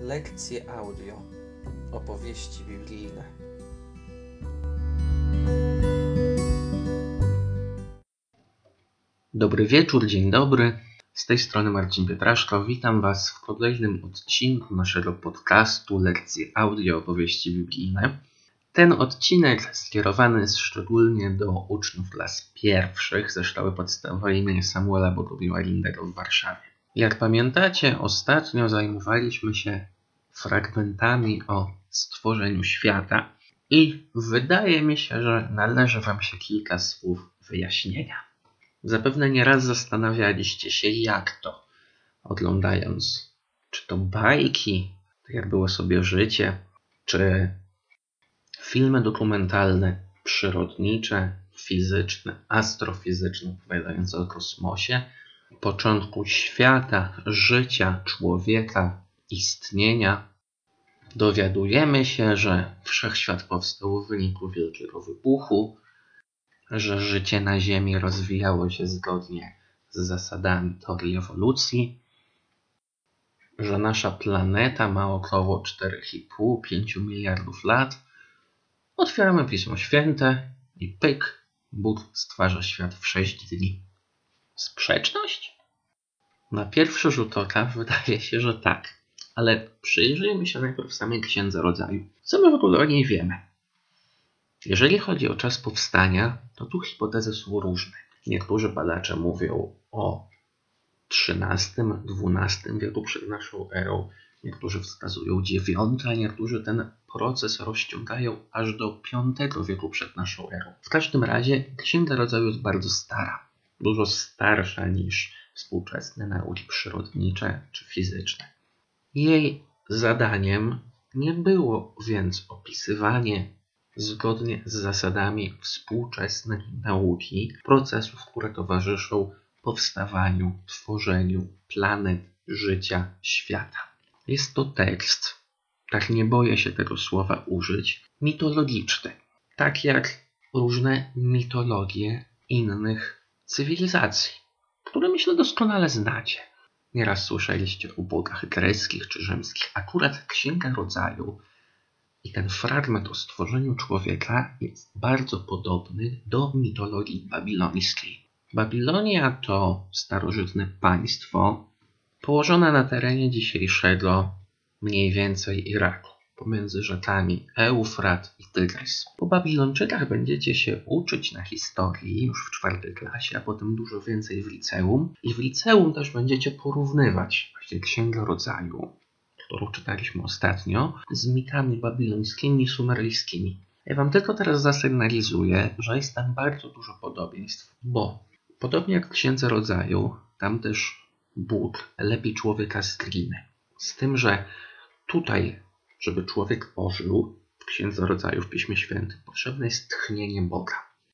Lekcje audio, opowieści biblijne. Dobry wieczór, dzień dobry. Z tej strony Marcin Pietraszko. Witam Was w kolejnym odcinku naszego podcastu Lekcje audio, opowieści biblijne. Ten odcinek skierowany jest szczególnie do uczniów klas pierwszych ze szkoły podstawowej im. Samuela Bogumiła Lindego w Warszawie. Jak pamiętacie, ostatnio zajmowaliśmy się fragmentami o stworzeniu świata i wydaje mi się, że należy Wam się kilka słów wyjaśnienia. Zapewne nieraz zastanawialiście się, jak to, oglądając czy to bajki, tak jak było sobie życie, czy filmy dokumentalne, przyrodnicze, fizyczne, astrofizyczne, opowiadające o kosmosie, początku świata, życia, człowieka, istnienia, dowiadujemy się, że wszechświat powstał w wyniku wielkiego wybuchu, że życie na Ziemi rozwijało się zgodnie z zasadami teorii ewolucji, że nasza planeta ma około 4,5-5 miliardów lat. Otwieramy Pismo Święte i pyk, Bóg stwarza świat w 6 dni. Sprzeczność? Na pierwszy rzut oka wydaje się, że tak, ale przyjrzyjmy się najpierw samej Księdze Rodzaju. Co my w ogóle o niej wiemy? Jeżeli chodzi o czas powstania, to tu hipotezy są różne. Niektórzy badacze mówią o XIII-XII wieku przed naszą erą, niektórzy wskazują IX, a niektórzy ten proces rozciągają aż do V wieku przed naszą erą. W każdym razie Księga Rodzaju jest bardzo stara, dużo starsza niż współczesne nauki przyrodnicze czy fizyczne. Jej zadaniem nie było więc opisywanie zgodnie z zasadami współczesnej nauki procesów, które towarzyszą powstawaniu, tworzeniu planet, życia, świata. Jest to tekst, tak nie boję się tego słowa użyć, mitologiczny. Tak jak różne mitologie innych cywilizacji, które myślę doskonale znacie. Nieraz słyszeliście o bogach greckich czy rzymskich. Akurat Księga Rodzaju i ten fragment o stworzeniu człowieka jest bardzo podobny do mitologii babilońskiej. Babilonia to starożytne państwo położone na terenie dzisiejszego mniej więcej Iraku, pomiędzy rzekami Eufrat i Tygrys. Po Babilończykach będziecie się uczyć na historii już w 4. klasie, a potem dużo więcej w liceum. I w liceum też będziecie porównywać właśnie Księgę Rodzaju, którą czytaliśmy ostatnio, z mitami babilońskimi i sumeryjskimi. Ja Wam tylko teraz zasygnalizuję, że jest tam bardzo dużo podobieństw, bo podobnie jak w Księdze Rodzaju, tam też Bóg lepi człowieka z gliny. Z tym, że tutaj, żeby człowiek ożył, w Księdze Rodzaju, w Piśmie Świętym, potrzebne jest tchnienie Boga.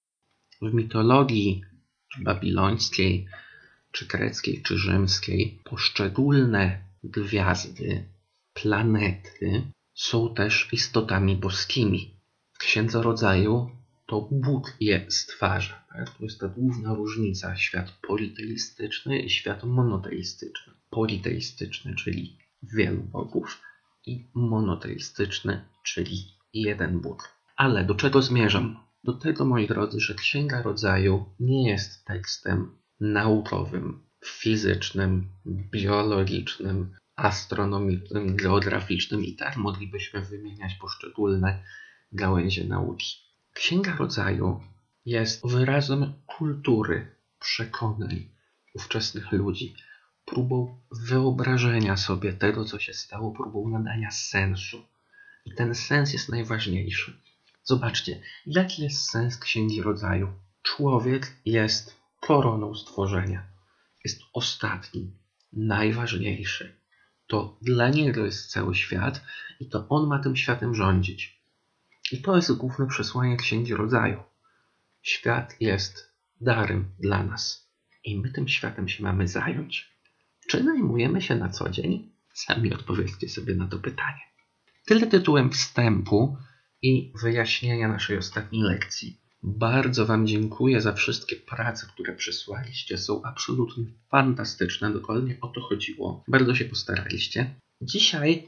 W mitologii babilońskiej, czy greckiej, czy rzymskiej, poszczególne gwiazdy, planety są też istotami boskimi. W Księdze Rodzaju to Bóg je stwarza. Tak? To jest ta główna różnica. Świat politeistyczny i świat monoteistyczny. Politeistyczny, czyli wielu bogów, i monoteistyczny, czyli jeden Bóg. Ale do czego zmierzam? Do tego, moi drodzy, że Księga Rodzaju nie jest tekstem naukowym, fizycznym, biologicznym, astronomicznym, geograficznym i tak moglibyśmy wymieniać poszczególne gałęzie nauki. Księga Rodzaju jest wyrazem kultury, przekonań ówczesnych ludzi, próbą wyobrażenia sobie tego, co się stało, próbą nadania sensu. I ten sens jest najważniejszy. Zobaczcie, jaki jest sens Księgi Rodzaju? Człowiek jest koroną stworzenia. Jest ostatni, najważniejszy. To dla niego jest cały świat i to on ma tym światem rządzić. I to jest główne przesłanie Księgi Rodzaju. Świat jest darem dla nas i my tym światem się mamy zająć. Czy zajmujemy się na co dzień? Sami odpowiedzcie sobie na to pytanie. Tyle tytułem wstępu i wyjaśnienia naszej ostatniej lekcji. Bardzo Wam dziękuję za wszystkie prace, które przysłaliście. Są absolutnie fantastyczne. Dokładnie o to chodziło. Bardzo się postaraliście. Dzisiaj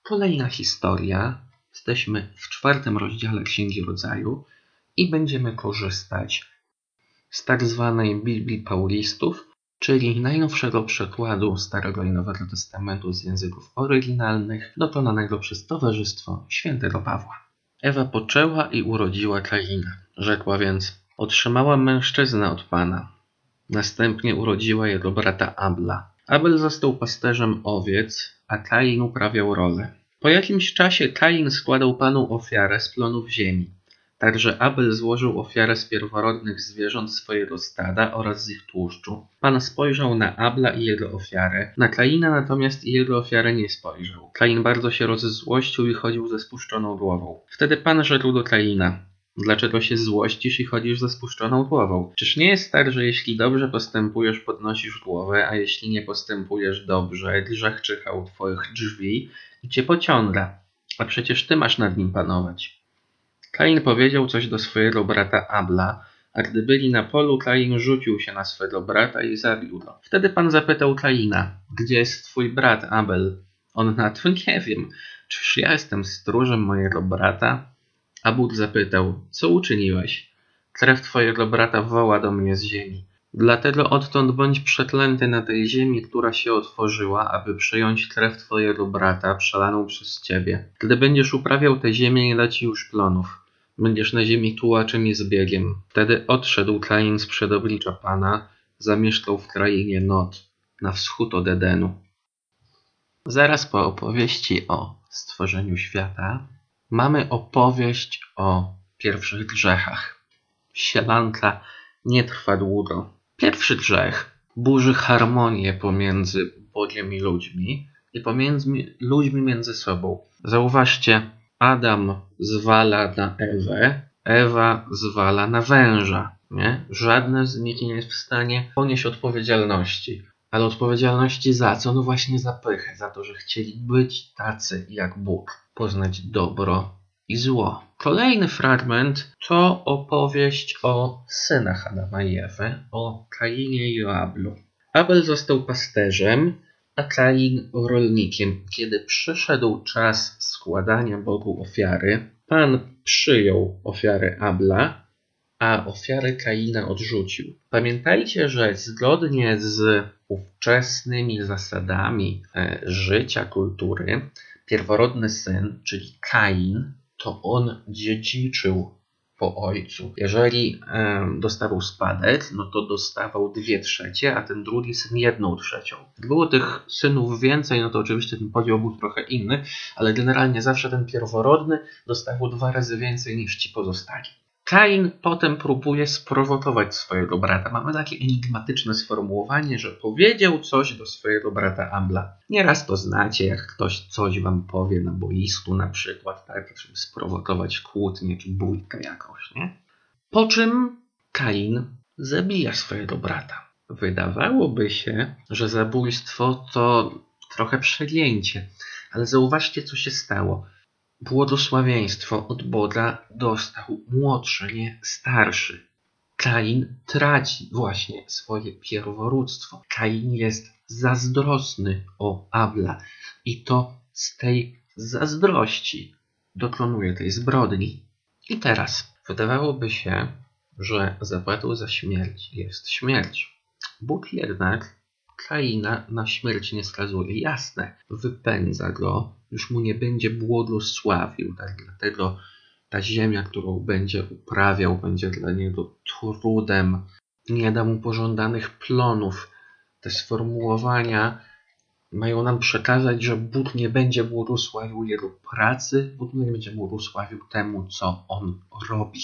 Kolejna historia. Jesteśmy w 4. rozdziale Księgi Rodzaju i będziemy korzystać z tak zwanej Biblii Paulistów, czyli najnowszego przekładu Starego i Nowego Testamentu z języków oryginalnych, dokonanego przez Towarzystwo Świętego Pawła. Ewa poczęła i urodziła Kaina. Rzekła więc: otrzymałam mężczyznę od Pana. Następnie urodziła jego brata Abla. Abel został pasterzem owiec, a Kain uprawiał rolę. Po jakimś czasie Kain składał Panu ofiarę z plonów ziemi. Także Abel złożył ofiarę z pierworodnych zwierząt swojego stada oraz z ich tłuszczu. Pan spojrzał na Abla i jego ofiarę, na Kaina natomiast i jego ofiarę nie spojrzał. Kain bardzo się rozzłościł i chodził ze spuszczoną głową. Wtedy Pan rzekł do Kaina: dlaczego się złościsz i chodzisz ze spuszczoną głową? Czyż nie jest tak, że jeśli dobrze postępujesz, podnosisz głowę, a jeśli nie postępujesz dobrze, grzech czyha u twoich drzwi i cię pociąga, a przecież ty masz nad nim panować. Kain powiedział coś do swojego brata Abla, a gdy byli na polu, Kain rzucił się na swego brata i zabił go. Wtedy Pan zapytał Kaina: gdzie jest twój brat Abel? On na to: nie wiem. Czyż ja jestem stróżem mojego brata? A Bóg zapytał: co uczyniłeś? Krew twojego brata woła do mnie z ziemi. Dlatego odtąd bądź przeklęty na tej ziemi, która się otworzyła, aby przyjąć krew twojego brata przelaną przez ciebie. Gdy będziesz uprawiał tę ziemię, nie da ci już plonów. Będziesz na ziemi tułaczem i zbiegiem. Wtedy odszedł Kain sprzed oblicza Pana, zamieszkał w krainie Nod, na wschód od Edenu. Zaraz po opowieści o stworzeniu świata mamy opowieść o pierwszych grzechach. Sielanka nie trwa długo. Pierwszy grzech burzy harmonię pomiędzy Bogiem i ludźmi i pomiędzy ludźmi między sobą. Zauważcie, Adam zwala na Ewę, Ewa zwala na węża. Nie? Żadne z nich nie jest w stanie ponieść odpowiedzialności. Ale odpowiedzialności za co? No właśnie za pychę, za to, że chcieli być tacy jak Bóg, poznać dobro i zło. Kolejny fragment to opowieść o synach Adama i Ewy, o Kainie i Ablu. Abel został pasterzem, a Kain rolnikiem. Kiedy przyszedł czas składania Bogu ofiary, Pan przyjął ofiarę Abla, a ofiarę Kaina odrzucił. Pamiętajcie, że zgodnie z ówczesnymi zasadami życia, kultury, pierworodny syn, czyli Kain, to on dziedziczył po ojcu. Jeżeli dostawał spadek, no to dostawał 2/3, a ten drugi syn 1/3. Gdy było tych synów więcej, no to oczywiście ten podział był trochę inny, ale generalnie zawsze ten pierworodny dostawał 2 razy więcej niż ci pozostali. Kain potem próbuje sprowokować swojego brata. Mamy takie enigmatyczne sformułowanie, że powiedział coś do swojego brata Abla. Nieraz to znacie, jak ktoś coś wam powie na boisku na przykład, tak, żeby sprowokować kłótnię czy bójkę jakąś, nie? Po czym Kain zabija swojego brata. Wydawałoby się, że zabójstwo to trochę przegięcie, ale zauważcie, co się stało. Błogosławieństwo od Boga dostał młodszy, nie starszy. Kain traci właśnie swoje pierworództwo. Kain jest zazdrosny o Abla i to z tej zazdrości dokonuje tej zbrodni. I teraz wydawałoby się, że zapłatą za śmierć jest śmierć. Bóg jednak Kaina na śmierć nie skazuje. Jasne, wypędza go, już mu nie będzie błogosławił, tak? Dlatego ta ziemia, którą będzie uprawiał, będzie dla niego trudem, nie da mu pożądanych plonów. Te sformułowania mają nam przekazać, że Bóg nie będzie błogosławił jego pracy, Bóg nie będzie błogosławił temu, co on robi.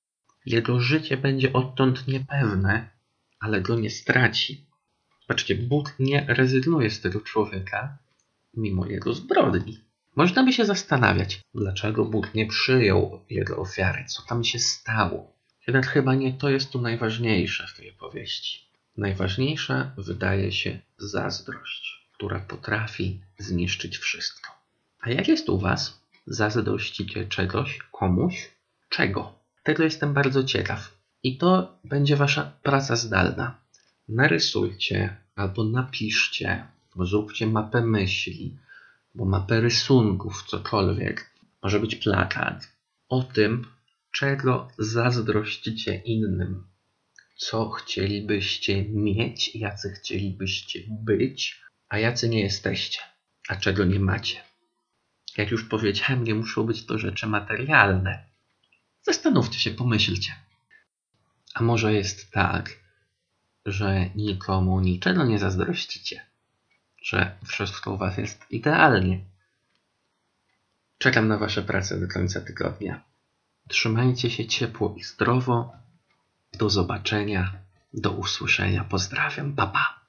Jego życie będzie odtąd niepewne, ale go nie straci. Patrzcie, Bóg nie rezygnuje z tego człowieka, mimo jego zbrodni. Można by się zastanawiać, dlaczego Bóg nie przyjął jego ofiary, co tam się stało. Jednak chyba nie to jest tu najważniejsze w tej opowieści. Najważniejsza wydaje się zazdrość, która potrafi zniszczyć wszystko. A jak jest u was? Zazdrościcie czegoś, komuś? Czego? Tego jestem bardzo ciekaw. I to będzie wasza praca zdalna. Narysujcie albo napiszcie, zróbcie mapę myśli, bo mapę rysunków, cokolwiek. Może być plakat o tym, czego zazdrościcie innym. Co chcielibyście mieć, jacy chcielibyście być, a jacy nie jesteście, a czego nie macie. Jak już powiedziałem, nie muszą być to rzeczy materialne. Zastanówcie się, pomyślcie. A może jest tak, że nikomu niczego nie zazdrościcie, że wszystko u was jest idealnie. Czekam na wasze prace do końca tygodnia. Trzymajcie się ciepło i zdrowo. Do zobaczenia, do usłyszenia. Pozdrawiam, pa pa.